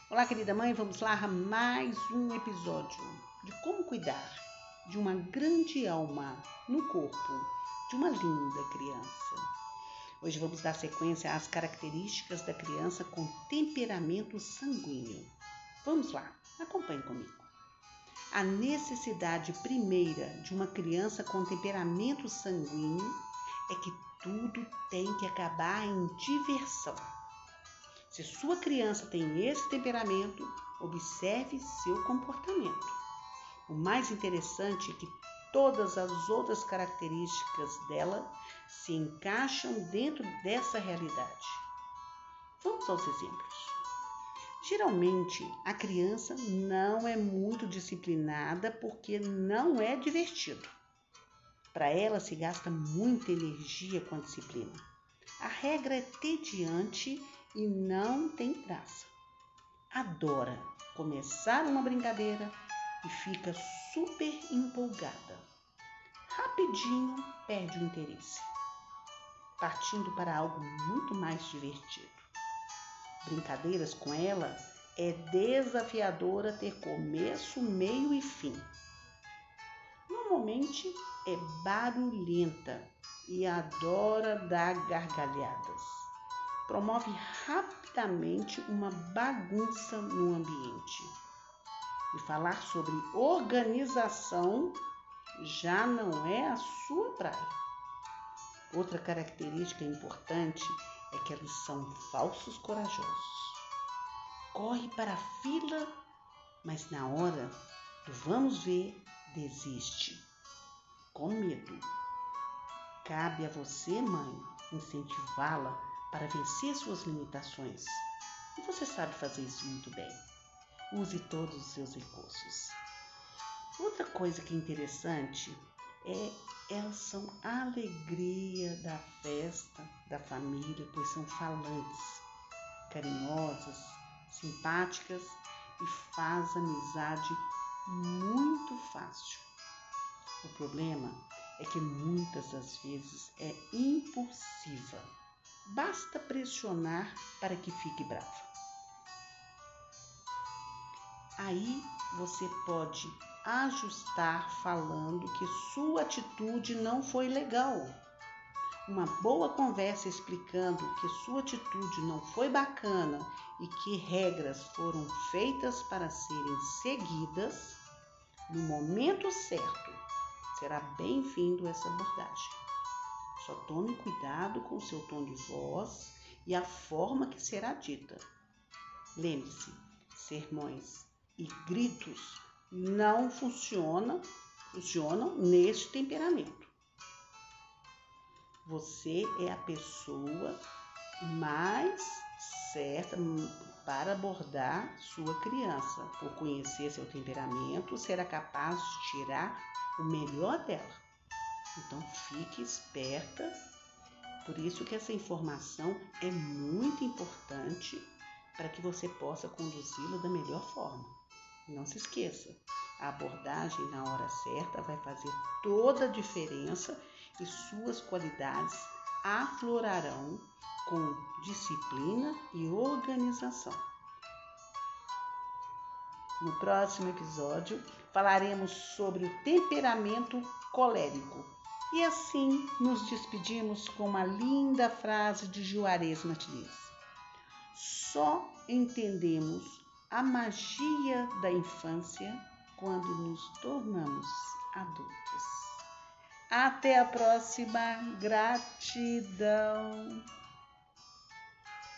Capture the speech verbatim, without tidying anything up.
Olá, querida mãe, vamos lá a mais um episódio de como cuidar de uma grande alma no corpo de uma linda criança. Hoje vamos dar sequência às características da criança com temperamento sanguíneo. Vamos lá, acompanhe comigo. A necessidade primeira de uma criança com temperamento sanguíneo é que tudo tem que acabar em diversão. Se sua criança tem esse temperamento, observe seu comportamento. O mais interessante é que todas as outras características dela se encaixam dentro dessa realidade. Vamos aos exemplos. Geralmente, a criança não é muito disciplinada porque não é divertido. Para ela, se gasta muita energia com a disciplina. A regra é tediante e não tem graça. Adora começar uma brincadeira e fica super empolgada. Rapidinho perde o interesse, partindo para algo muito mais divertido. Brincadeiras com ela é desafiadora ter começo, meio e fim. Normalmente é barulhenta e adora dar gargalhadas. Promove rapidamente uma bagunça no ambiente. E falar sobre organização já não é a sua praia. Outra característica importante é que eles são falsos corajosos. Corre para a fila, mas na hora do vamos ver, desiste, com medo. Cabe a você, mãe, incentivá-la para vencer suas limitações. E você sabe fazer isso muito bem. Use todos os seus recursos. Outra coisa que é interessante é elas são a alegria da festa, da família, pois são falantes, carinhosas, simpáticas e faz amizade muito fácil. O problema é que muitas das vezes é impulsiva. Basta pressionar para que fique brava. Aí você pode ajustar falando que sua atitude não foi legal. Uma boa conversa explicando que sua atitude não foi bacana e que regras foram feitas para serem seguidas no momento certo. Será bem-vindo essa abordagem. Só tome cuidado com o seu tom de voz e a forma que será dita. Lembre-se, sermões e gritos não funcionam, funcionam neste temperamento. Você é a pessoa mais certa para abordar sua criança. Por conhecer seu temperamento, será capaz de tirar o melhor dela. Então fique esperta. Por isso que essa informação é muito importante para que você possa conduzi-la da melhor forma. Não se esqueça, a abordagem na hora certa vai fazer toda a diferença e suas qualidades aflorarão com disciplina e organização. No próximo episódio, falaremos sobre o temperamento colérico. E assim nos despedimos com uma linda frase de Juarez Martins. Só entendemos a magia da infância quando nos tornamos adultos. Até a próxima. Gratidão.